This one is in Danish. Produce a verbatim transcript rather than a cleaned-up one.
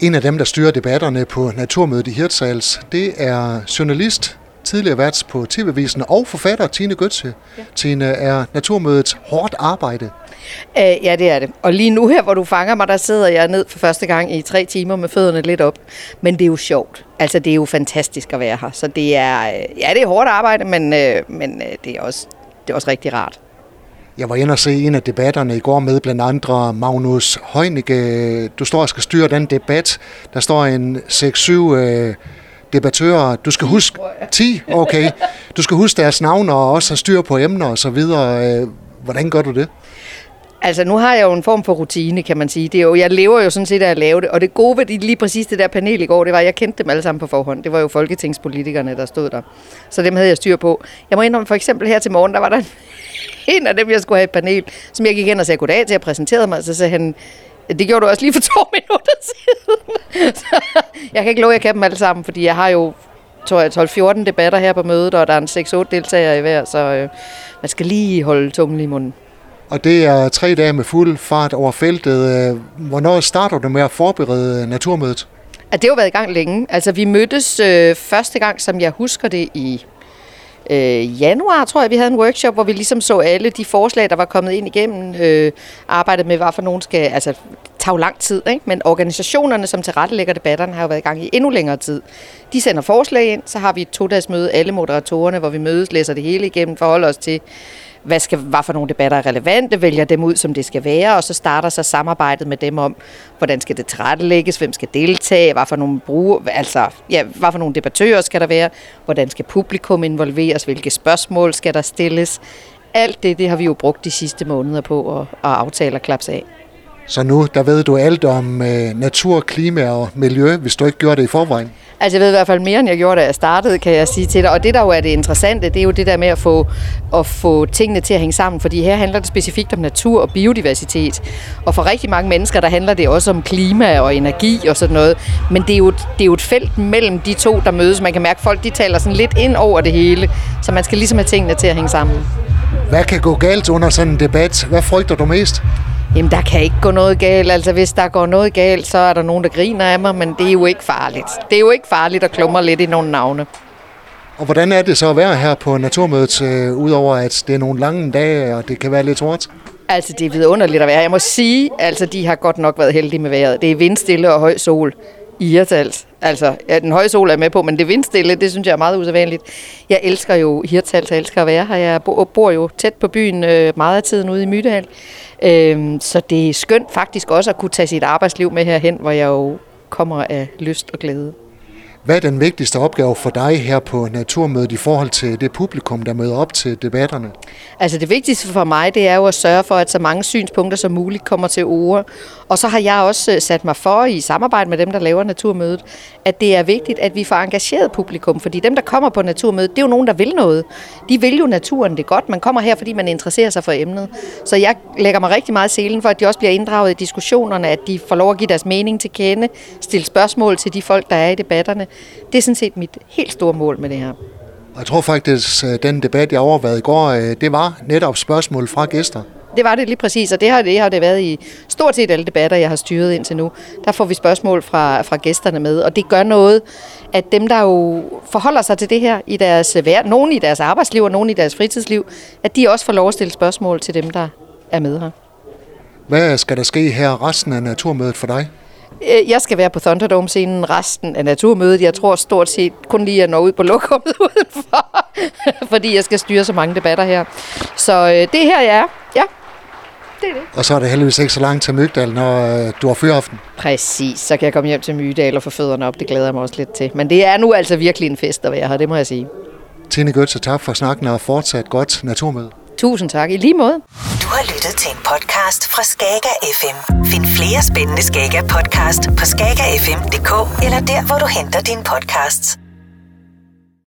En af dem, der styrer debatterne på Naturmødet i Hirtshals, det er journalist, tidligere vært på T V-avisen og forfatter Tine Gøtzsche. Ja. Tine, er Naturmødet hårdt arbejde? Æh, ja, det er det. Og lige nu her, hvor du fanger mig, der sidder jeg ned for første gang i tre timer med fødderne lidt op. Men det er jo sjovt. Altså, det er jo fantastisk at være her. Så det er, ja, det er hårdt arbejde, men, øh, men øh, det, er også, det er også rigtig rart. Jeg var inde og se en af debatterne i går med blandt andre Magnus Heunicke. Du står og skal styre den debat. Der står en seks syv øh, debattører. Du skal huske ti, okay. Du skal huske deres navne og også have styr på emner og så videre. Hvordan gør du det? Altså, nu har jeg jo en form for rutine, kan man sige. Det er jo, jeg lever jo sådan set af at lave det. Og det gode ved lige præcis det der panel i går, det var, at jeg kendte dem alle sammen på forhånd. Det var jo folketingspolitikerne, der stod der. Så dem havde jeg styr på. Jeg må indrømme, for eksempel her til morgen, der var der en af dem, jeg skulle have et panel, som jeg gik ind og sagde goddag til, og præsenterede mig. Så sagde han, det gjorde du også lige for to minutter siden. Så jeg kan ikke love, at jeg kan dem alle sammen, fordi jeg har jo tolv fjorten debatter her på mødet, og der er en seks otte deltagere i hver, så øh, man skal lige holde tungen i munden. Og det er tre dage med fuld fart over feltet. Hvornår starter du med at forberede Naturmødet? Ja, det har jo været i gang længe. Altså, vi mødtes øh, første gang, som jeg husker det, i øh, januar, tror jeg, vi havde en workshop, hvor vi ligesom så alle de forslag, der var kommet ind igennem, øh, arbejdet med, hvad for nogen skal, altså, tage lang tid, ikke? Men organisationerne, som tilrettelægger debatterne, har jo været i gang i endnu længere tid. De sender forslag ind, så har vi et to-dages møde, alle moderatorerne, hvor vi mødes, læser det hele igennem, forholder os til, hvad, skal, hvad for nogle debatter er relevante, vælger dem ud, som det skal være, og så starter så samarbejdet med dem om, hvordan skal det tilrettelægges, hvem skal deltage, hvad for nogle bruger, altså, ja, hvad for nogle debattører skal der være, hvordan skal publikum involveres, hvilke spørgsmål skal der stilles. Alt det, det har vi jo brugt de sidste måneder på at, at aftale og klapse af. Så nu, der ved du alt om øh, natur, klima og miljø, hvis du ikke gjorde det i forvejen? Altså, jeg ved i hvert fald mere, end jeg gjorde, da jeg startede, kan jeg sige til dig. Og det, der jo er det interessante, det er jo det der med at få, at få tingene til at hænge sammen. Fordi her handler det specifikt om natur og biodiversitet. Og for rigtig mange mennesker, der handler det også om klima og energi og sådan noget. Men det er jo, det er jo et felt mellem de to, der mødes. Man kan mærke, at folk de taler sådan lidt ind over det hele. Så man skal ligesom have tingene til at hænge sammen. Hvad kan gå galt under sådan en debat? Hvad frygter du mest? Jamen, der kan ikke gå noget galt. Altså, hvis der går noget galt, så er der nogen, der griner af mig, men det er jo ikke farligt. Det er jo ikke farligt at klumre lidt i nogle navne. Og hvordan er det så at være her på Naturmødet, øh, udover at det er nogle lange dage, og det kan være lidt hårdt? Altså, det er vidunderligt at være. Jeg må sige, altså, de har godt nok været heldige med vejret. Det er vindstille og høj sol i Hirtshals. Altså, ja, den høje sol er med på, men det vindstille, det synes jeg er meget usædvanligt. Jeg elsker jo Hirtshals, jeg elsker at være her. Jeg bor jo tæt på byen øh, meget af tiden ude i Mydal. Øhm, så det er skønt faktisk også at kunne tage sit arbejdsliv med herhen, hvor jeg jo kommer af lyst og glæde. Hvad er den vigtigste opgave for dig her på Naturmødet i forhold til det publikum, der møder op til debatterne? Altså det vigtigste for mig, det er jo at sørge for, at så mange synspunkter som muligt kommer til ord. Og så har jeg også sat mig for i samarbejde med dem, der laver Naturmødet, at det er vigtigt, at vi får engageret publikum. Fordi dem, der kommer på Naturmødet, det er jo nogen, der vil noget. De vil jo naturen det godt. Man kommer her, fordi man interesserer sig for emnet. Så jeg lægger mig rigtig meget i selen for, at de også bliver inddraget i diskussionerne, at de får lov at give deres mening til kende, stille spørgsmål til de folk, der er i debatterne. Det er sådan set mit helt store mål med det her. Jeg tror faktisk, at den debat, jeg overvejede i går, det var netop spørgsmål fra gæster. Det var det lige præcis, og det har det, har det været i stort set alle debatter, jeg har styret indtil nu. Der får vi spørgsmål fra, fra gæsterne med, og det gør noget, at dem, der jo forholder sig til det her i deres hverdag, nogen i deres arbejdsliv og nogen i deres fritidsliv, at de også får lov at stille spørgsmål til dem, der er med her. Hvad skal der ske her resten af Naturmødet for dig? Jeg skal være på Thunderdome-scenen resten af Naturmødet. Jeg tror stort set kun lige at nå ud på lokummet udenfor, fordi jeg skal styre så mange debatter her. Så øh, det her, jeg er. Ja, det er det. Og så er det heldigvis ikke så langt til Mygdal, når øh, du har fyraften. Præcis, så kan jeg komme hjem til Mydal og få fødderne op. Det glæder jeg mig også lidt til. Men det er nu altså virkelig en fest at være her, det må jeg sige. Tine Gøtzsche, tak for snakken og fortsat godt Naturmøde. Tusind tak, i lige måde. Du har lyttet til en podcast fra Skager F M. Find flere spændende Skager podcast på skager f m punktum d k eller der, hvor du henter dine podcasts.